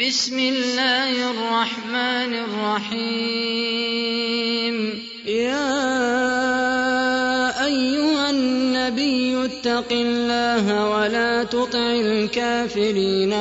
بسم الله الرحمن الرحيم. يا أيها النبي اتق الله ولا تطع الكافرين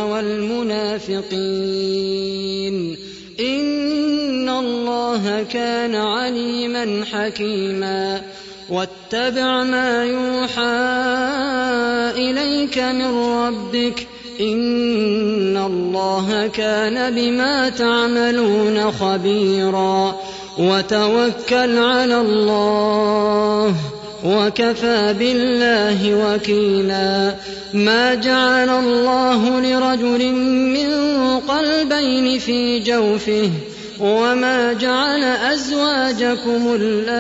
والمنافقين إن الله كان عليما حكيما. واتبع ما يوحى إليك من ربك إن الله كان بما تعملون خبيرا. وتوكل على الله وكفى بالله وكيلا. ما جعل الله لرجل من قلبين في جوفه وما جعل أزواجكم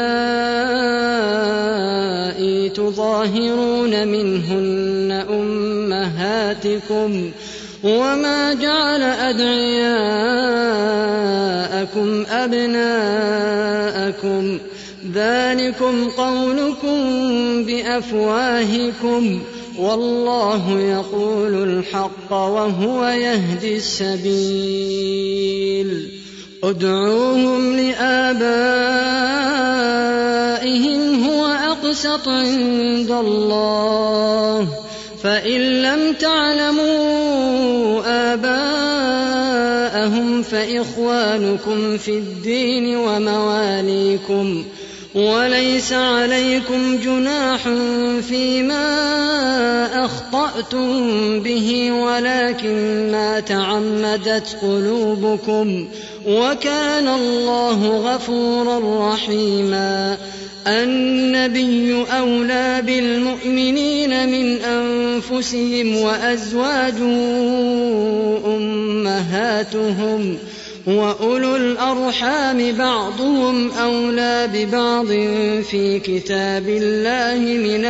اللائي تظاهرون منهن أمهاتكم وما جعل أدعياءكم أبناءكم ذلكم قولكم بأفواهكم والله يقول الحق وهو يهدي السبيل. ادعوهم لآبائهم هو أقسط عند الله فإن لم تعلموا آباءهم فإخوانكم في الدين ومواليكم وليس عليكم جناح فيما أخطأتم به ولكن ما تعمدت قلوبكم وكان الله غفورا رحيما. النبي أولى بالمؤمنين من أنفسهم وأزواجه أمهاتهم وأولو الأرحام بعضهم أولى ببعض في كتاب الله من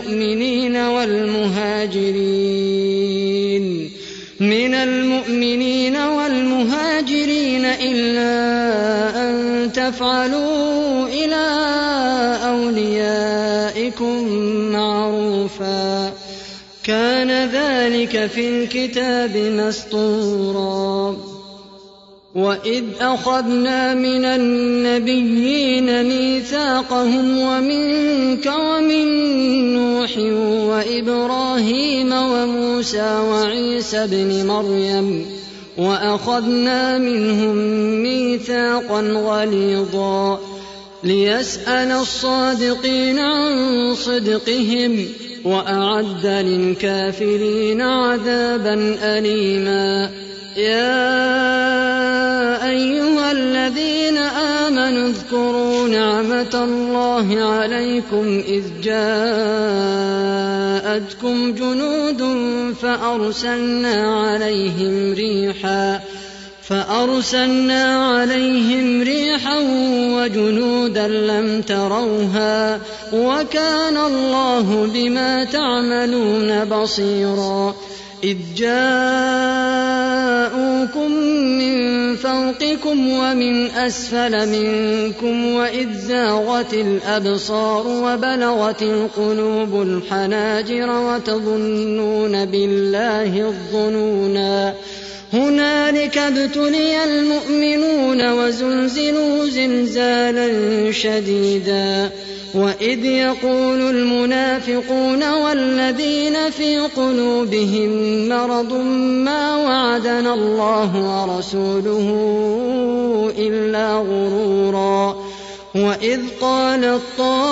المؤمنين والمهاجرين إلا أن تفعلوا إلى أوليائكم معروفا كان ذلك في الكتاب مسطورا. وإذ أخذنا من النبيين ميثاقهم ومنك ومن نوح وإبراهيم وموسى وعيسى ابن مريم وأخذنا منهم ميثاقا غليظا ليسأل الصادقين عن صدقهم وأعد للكافرين عذابا أليما. يا أيها الذين آمنوا اذكروا نعمة الله عليكم إذ جاءتكم جنود فأرسلنا عليهم ريحا وجنودا لم تروها وكان الله بما تعملون بصيرا. إذ جاءوكم من فوقكم ومن أسفل منكم وإذ زاغت الأبصار وبلغت القلوب الحناجر وتظنون بالله الظنونا. هنالك ابتلي المؤمنون وزلزلوا زلزالا شديدا. وإذ يقول المنافقون والذين في قلوبهم مرض ما وعدنا الله ورسوله إلا غرورا. وإذ قالت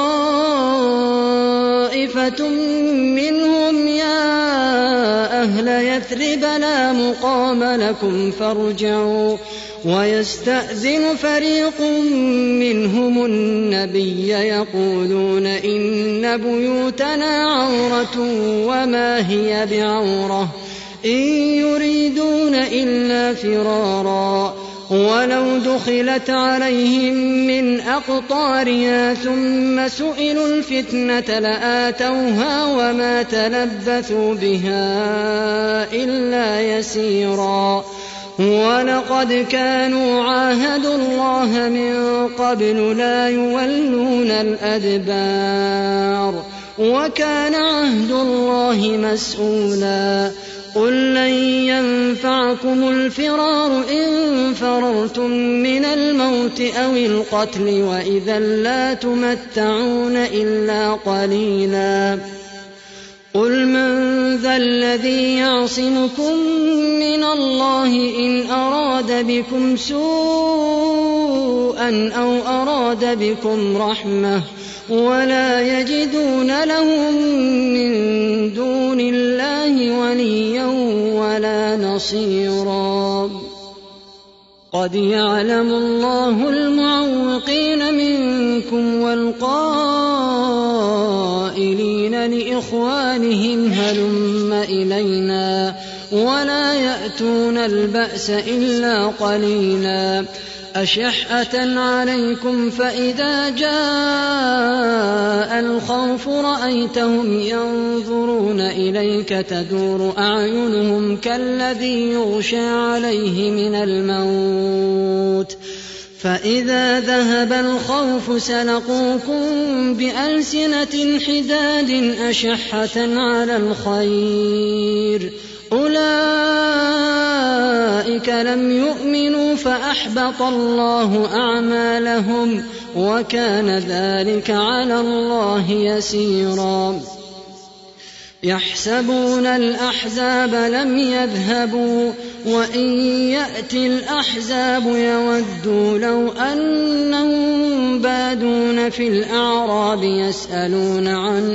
طائفة منهم يا أهل يثرب لا مقام لكم فارجعوا ويستأذن فريق منهم النبي يقولون إن بيوتنا عورة وما هي بعورة إن يريدون إلا فرارا ولو دخلت عليهم من أقطارها ثم سئلوا الفتنة لآتوها وما تلبثوا بها إلا يسيرا. ولقد كانوا عاهدوا الله من قبل لا يولون الأدبار وكان عهد الله مسؤولا. قل لن ينفعكم الفرار إن فررتم من الموت أو القتل وإذا لا تمتعون إلا قليلا قل من ذا الذي يعصمكم من الله إن أراد بكم سوءا أو أراد بكم رحمة ولا يجدون لهم من دون الله وليا ولا نصيرا قد يعلم الله المعوقين منكم والقائلين لإخوانهم هلم إلينا ولا يأتون البأس إلا قليلا أشحة عليكم فإذا جاء الخوف رأيتهم ينظرون إليك تدور أعينهم كالذي يغشى عليه من الموت فإذا ذهب الخوف سلقوكم بألسنة حداد أشحة على الخير أولئك لم يؤمنوا فأحبط الله أعمالهم وكان ذلك على الله يسيرا يحسبون الأحزاب لم يذهبوا وإن يأتي الأحزاب يودوا لو أنهم بادون في الأعراب يسألون عن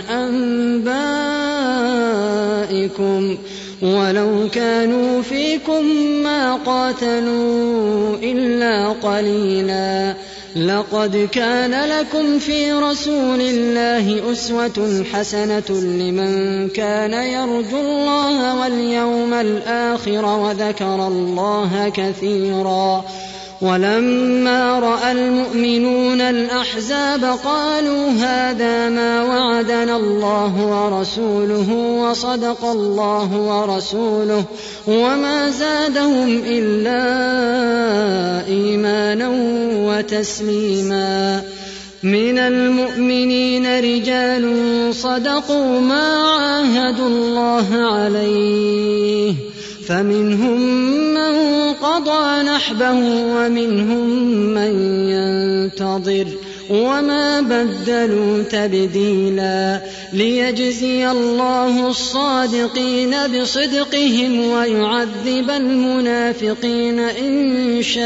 أنبائكم ولو كانوا فيكم ما قاتلوا إلا قليلا لقد كان لكم في رسول الله أسوة حسنة لمن كان يرجو الله واليوم الآخر وذكر الله كثيرا ولما رأى المؤمنون الأحزاب قالوا هذا ما وعدنا الله ورسوله وصدق الله ورسوله وما زادهم إلا إيمانا وتسليما من المؤمنين رجال صدقوا ما عاهدوا الله عليه فمنهم من قضى نحبه ومنهم من ينتظر وما بدلوا تبديلا ليجزي الله الصادقين بصدقهم ويعذب المنافقين إن شاء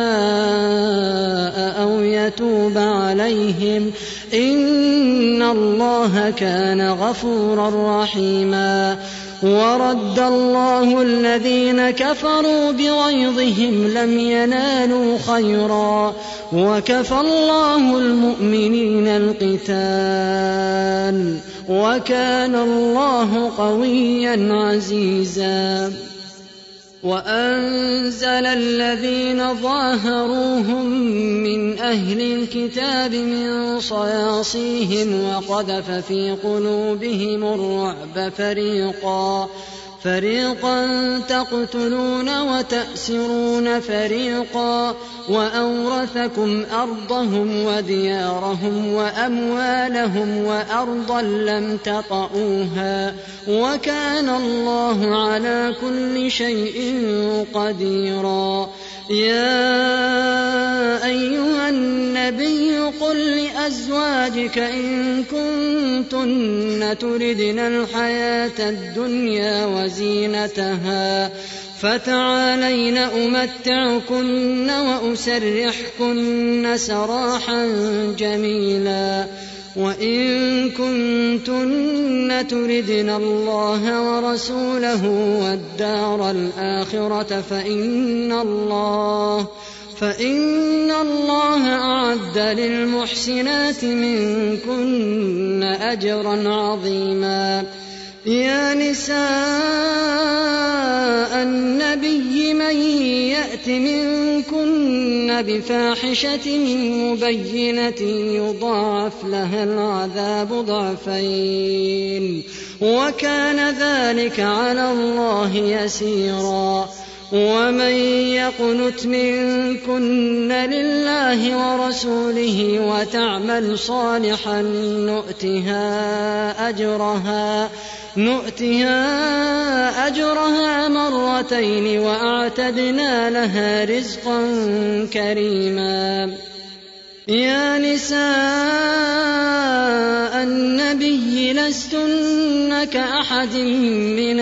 أو يتوب عليهم إن الله كان غفورا رحيما ورد الله الذين كفروا بغيظهم لم ينالوا خيرا وكفى الله المؤمنين القتال وكان الله قويا عزيزا وأنزل الذين ظاهروهم من أهل الكتاب من صياصيهم وقذف في قلوبهم الرعب فريقا تقتلون وتأسرون فريقا وأورثكم أرضهم وديارهم وأموالهم وأرضا لم تطئوها وكان الله على كل شيء قديرا يا أيها النبي قل لأزواجك إن كنتن تردن الحياة الدنيا وزينتها فتعالين أمتعكن وأسرحكن سراحا جميلا وإن كنتن تردن الله ورسوله والدار الآخرة فإن الله أعد للمحسنات منكن أجرا عظيما يا نساء النبي من يأت منكن بفاحشة مبينة يضاعف لها العذاب ضعفين وكان ذلك على الله يسيرا ومن يقنت منكن لله ورسوله وتعمل صالحا نؤتها أجرها مرتين وأعتدنا لها رزقا كريما. يا نساء النبي لستن كأحد من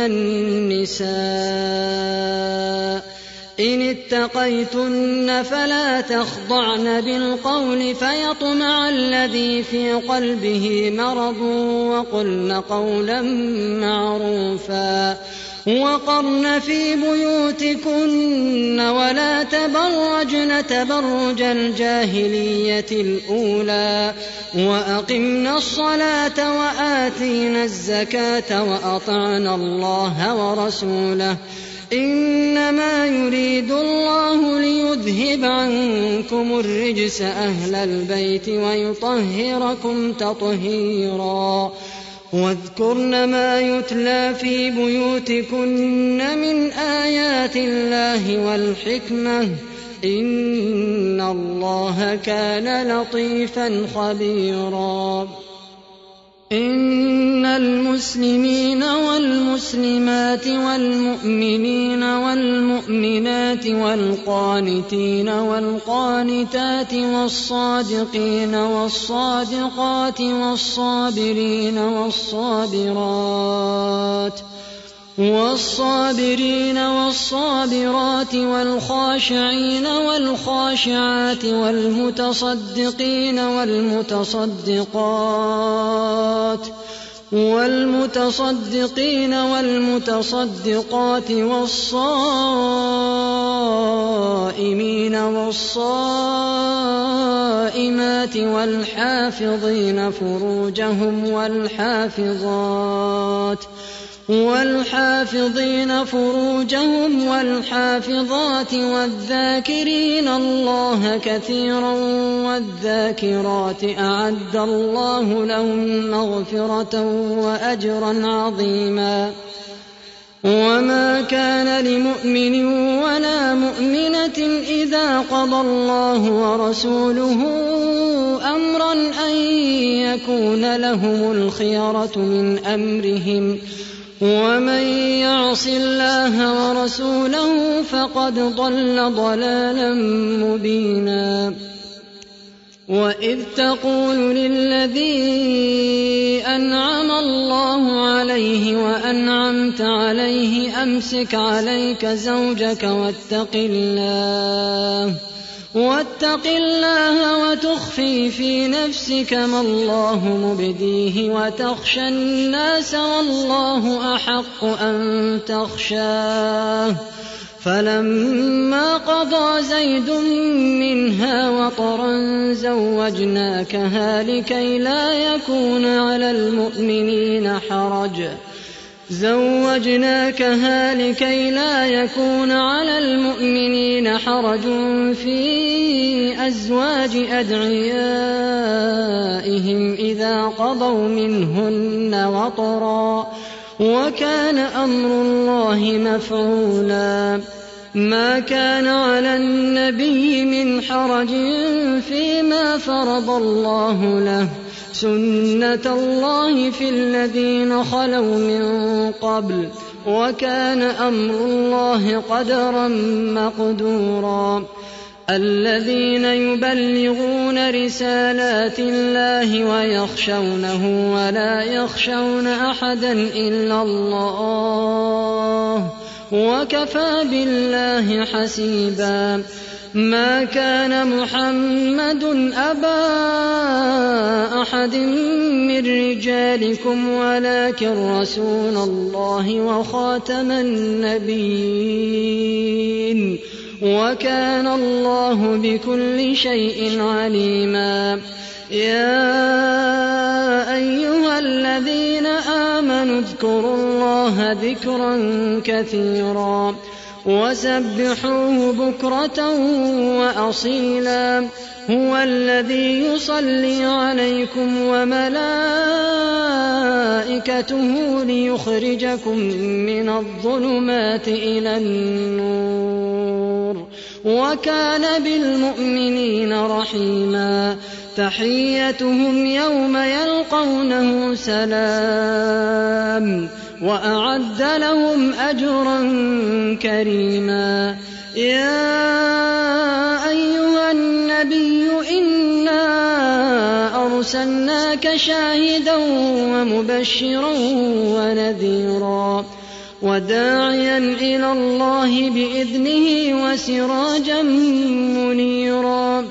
النساء إن اتقيتن فلا تخضعن بالقول فيطمع الذي في قلبه مرض وقلن قولا معروفا وقرن في بيوتكن ولا تبرجن تبرج الجاهلية الأولى وأقمنا الصلاة وآتينا الزكاة وأطعنا الله ورسوله إنما يريد الله ليذهب عنكم الرجس أهل البيت ويطهركم تطهيرا. واذكرن ما يتلى في بيوتكن من آيات الله والحكمة إن الله كان لطيفا خبيرا. إن المسلمين والمسلمات والمؤمنين والمؤمنات والقانتين والقانتات والصادقين والصادقات والصابرين والصابرات والخاشعين والخاشعات والمتصدقين والمتصدقات والصائمين والصائمات والحافظين فروجهم والحافظات والذاكرين الله كثيرا والذاكرات أعد الله لهم مغفرة وأجرا عظيما. وما كان لمؤمن ولا مؤمنة إذا قضى الله ورسوله أمرا أن يكون لهم الخيرة من أمرهم ومن يعص الله ورسوله فقد ضل ضلالا مبينا. وإذ تقول للذي أنعم الله عليه وأنعمت عليه أمسك عليك زوجك واتق الله وتخفي في نفسك ما الله مبديه وتخشى الناس والله أحق أن تخشاه. فلما قضى زيد منها وطرا زوجناكها لكي لا يكون على المؤمنين حرج في أزواج أدعيائهم إذا قضوا منهن وطرا وكان أمر الله مفعولا. ما كان على النبي من حرج فيما فرض الله له سنة الله في الذين خلوا من قبل وكان أمر الله قدرا مقدورا. الذين يبلغون رسالات الله ويخشونه ولا يخشون أحدا إلا الله وكفى بالله حسيبا. ما كان محمد أبا أحد من رجالكم ولكن رسول الله وخاتم النبيين وكان الله بكل شيء عليما. يا أيها الذين آمنوا اذكروا الله ذكرا كثيرا وسبحوه بكرة وأصيلا هو الذي يصلي عليكم وملائكته ليخرجكم من الظلمات إلى النور وكان بالمؤمنين رحيما تحيتهم يوم يلقونه سلام وأعد لهم أجرا كريما يا أيها النبي إنا أرسلناك شاهدا ومبشرا ونذيرا وداعيا إلى الله بإذنه وسراجا منيرا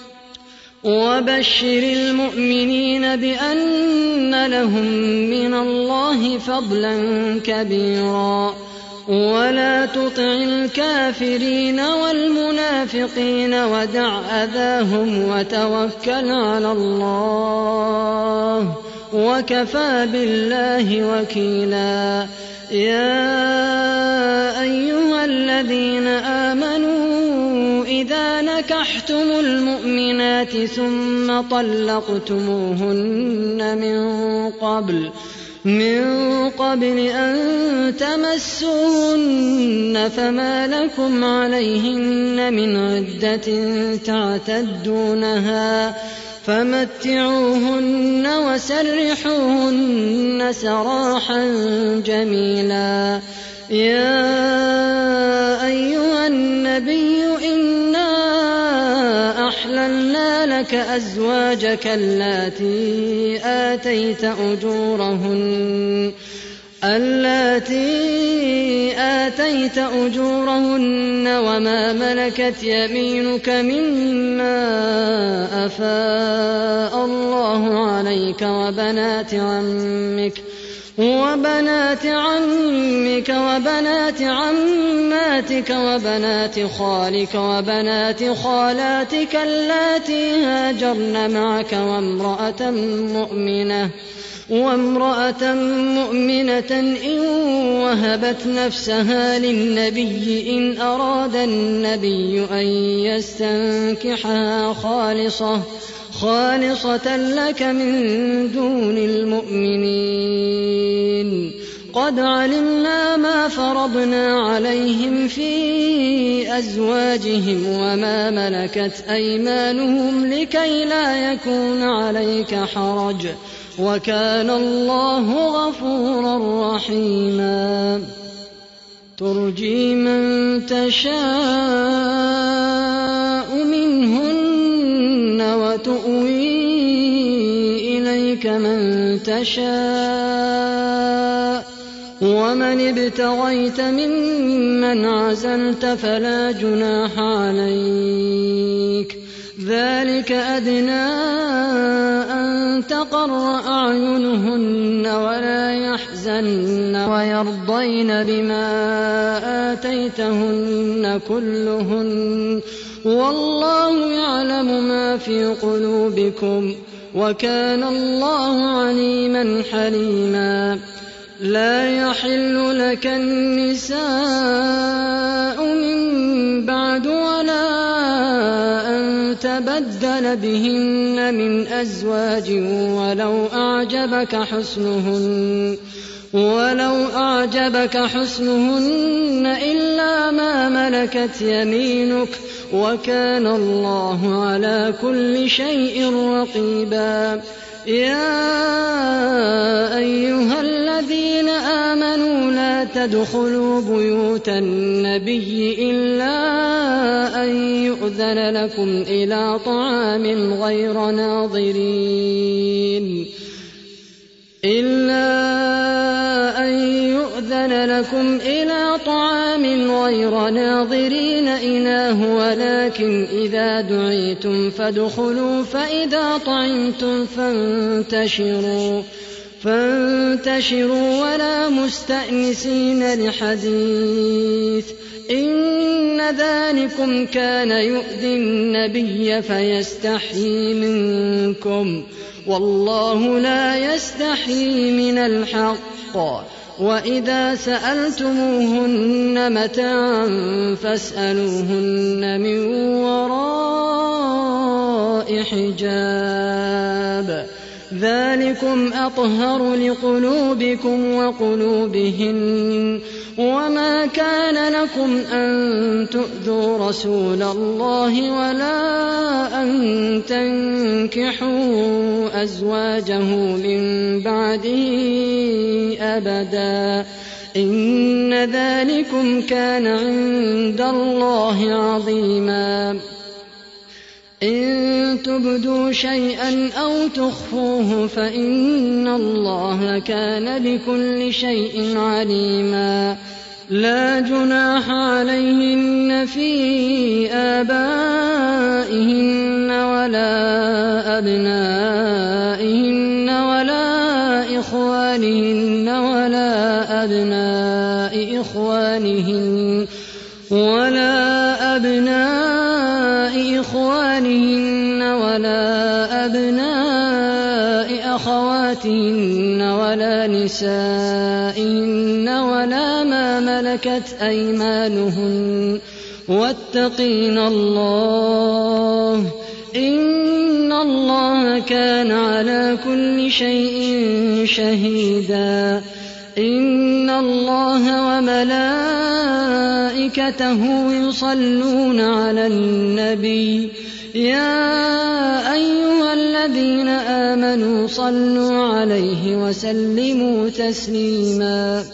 وبشر المؤمنين بأن لهم من الله فضلا كبيرا ولا تطع الكافرين والمنافقين ودع أذاهم وتوكل على الله وكفى بالله وكيلا يا أيها الذين آمنوا إذا نكحتم المؤمنات ثم طلقتموهن من قبل أن تمسوهن فما لكم عليهن من عدة تعتدونها فمتعوهن وسرحوهن سراحا جميلا يا أيها النبي إنا أحللنا لك أزواجك اللاتي آتيت أجورهن وما ملكت يمينك مما أفاء الله عليك وبنات عمك وبنات عماتك وبنات خالك وبنات خالاتك اللاتي هاجرن معك وامرأة مؤمنة إن وهبت نفسها للنبي إن أراد النبي أن يستنكحها خالصة لك من دون المؤمنين قد علمنا ما فرضنا عليهم في أزواجهم وما ملكت أيمانهم لكي لا يكون عليك حرج وكان الله غفورا رحيما ترجي من تشاء منهن وتؤوي إليك من تشاء ومن ابتغيت ممن عزلت فلا جناح عليك ذلك أدنى أن تقر أعينهن ولا يحزن ويرضين بما آتيتهن كلهن والله يعلم ما في قلوبكم وكان الله عليما حليما لا يحل لك النساء من بعد ولا أن تبدل بهن من أزواج ولو أعجبك حسنهن إلا ما ملكت يمينك وكان الله على كل شيء رقيبا يا أيها الذين آمنوا لا تدخلوا بيوت النبي إلا أن يؤذن لكم إلى طعام غير ناظرين إناه ولكن إذا دعيتم فادخلوا فإذا طعمتم فانتشروا ولا مستأنسين لحديث إن ذلكم كان يؤذي النبي فيستحيي منكم والله لا يستحيي من الحق وإذا سألتموهن متاعا فاسألوهن من وراء حجاب ذلكم أطهر لقلوبكم وقلوبهن وما كان لكم أن تؤذوا رسول الله ولا أن تنكحوا أزواجه من بعده أبدا إن ذلكم كان عند الله عظيما إن تبدوا شيئا أو تخفوه فإن الله كان بكل شيء عليما لا جناح عليهن في آبائهن ولا أبنائهن ولا إخوانهن ولا أبناء إخوانهن ولا أبناء أخواتهن ولا نسائهن ولا ما ملكت أيمانهن واتقين الله إن الله كان على كل شيء شهيدا إن الله وملائكته يصلون على النبي يا أيها الذين آمنوا صلوا عليه وسلموا تسليما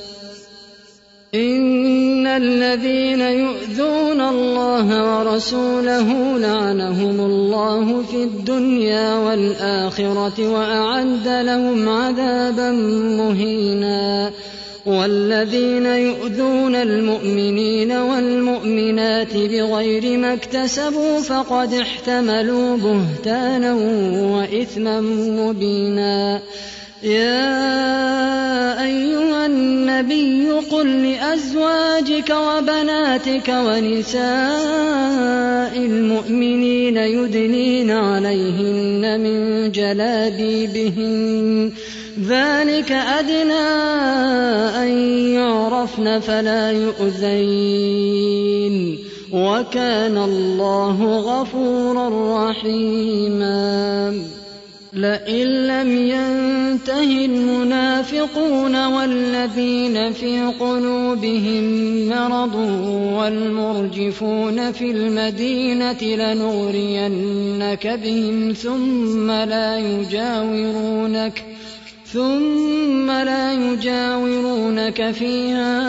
إن الذين يؤذون الله ورسوله لعنهم الله في الدنيا والآخرة وأعد لهم عذابا مهينا والذين يؤذون المؤمنين والمؤمنات بغير ما اكتسبوا فقد احتملوا بهتانا وإثما مبينا يا أيها النبي قل لأزواجك وبناتك ونساء المؤمنين يدنين عليهن من جلابيبهن ذلك أدنى أن يعرفن فلا يؤذين وكان الله غفورا رحيما لئن لم ينته المنافقون والذين في قلوبهم مرض والمرجفون في المدينة لنغرينك بهم ثم لا يجاورونك فيها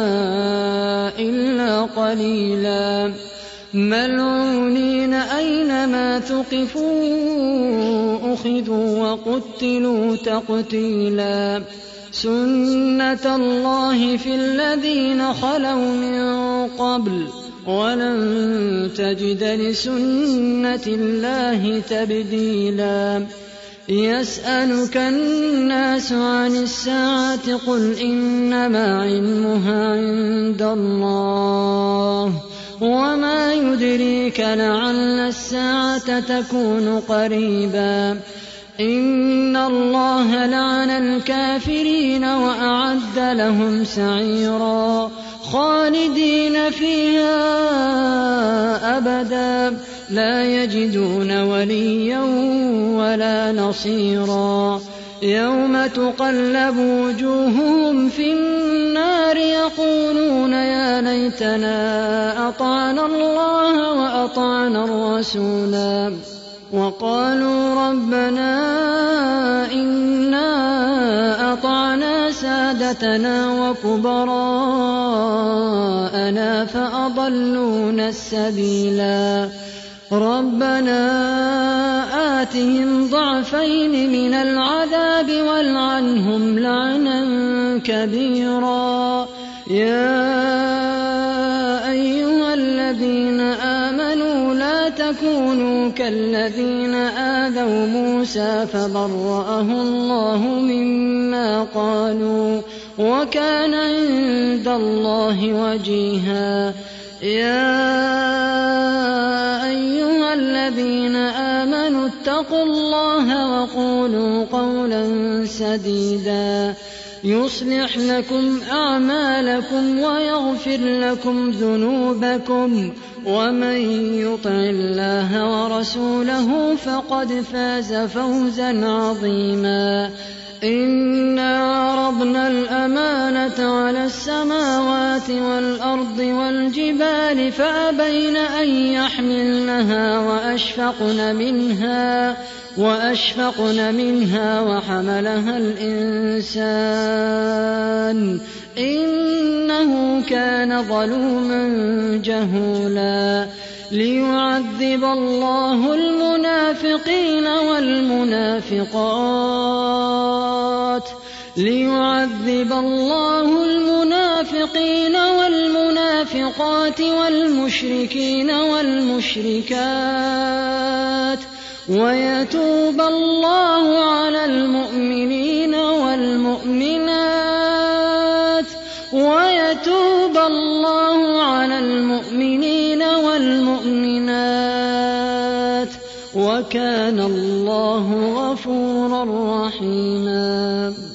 إلا قليلا ملعونين أينما ثقفوا أخذوا وقتلوا تقتيلا سنة الله في الذين خلوا من قبل ولن تجد لسنة الله تبديلا يسألك الناس عن الساعة قل إنما علمها عند الله وما يدريك لعل الساعة تكون قريبا إن الله لعن الكافرين وأعد لهم سعيرا خالدين فيها أبدا لا يجدون وليا ولا نصيرا يوم تقلب وجوههم في النار يقولون يا ليتنا أطعنا الله وأطعنا الرسولا وقالوا ربنا إنا أطعنا سادتنا وكبراءنا فأضلونا السبيلا ربنا آتهم ضعفين من العذاب والعنهم لعنا كبيرا يا أيها الذين آمنوا لا تكونوا كالذين آذوا موسى فبرأه الله مما قالوا وكان عند الله وجيها يا أيها الذين آمنوا اتقوا الله وقولوا قولا سديدا يصلح لكم أعمالكم ويغفر لكم ذنوبكم ومن يطع الله ورسوله فقد فاز فوزا عظيما إنا عرضنا الأمانة على السماوات والأرض والجبال فأبين أن يحملنها وأشفقن منها وحملها الإنسان إنه كان ظلوما جهولا ليعذب الله المنافقين والمنافقات والمشركين والمشركات ويتوب الله على المؤمنين والمؤمنات وكان الله غفورا رحيما.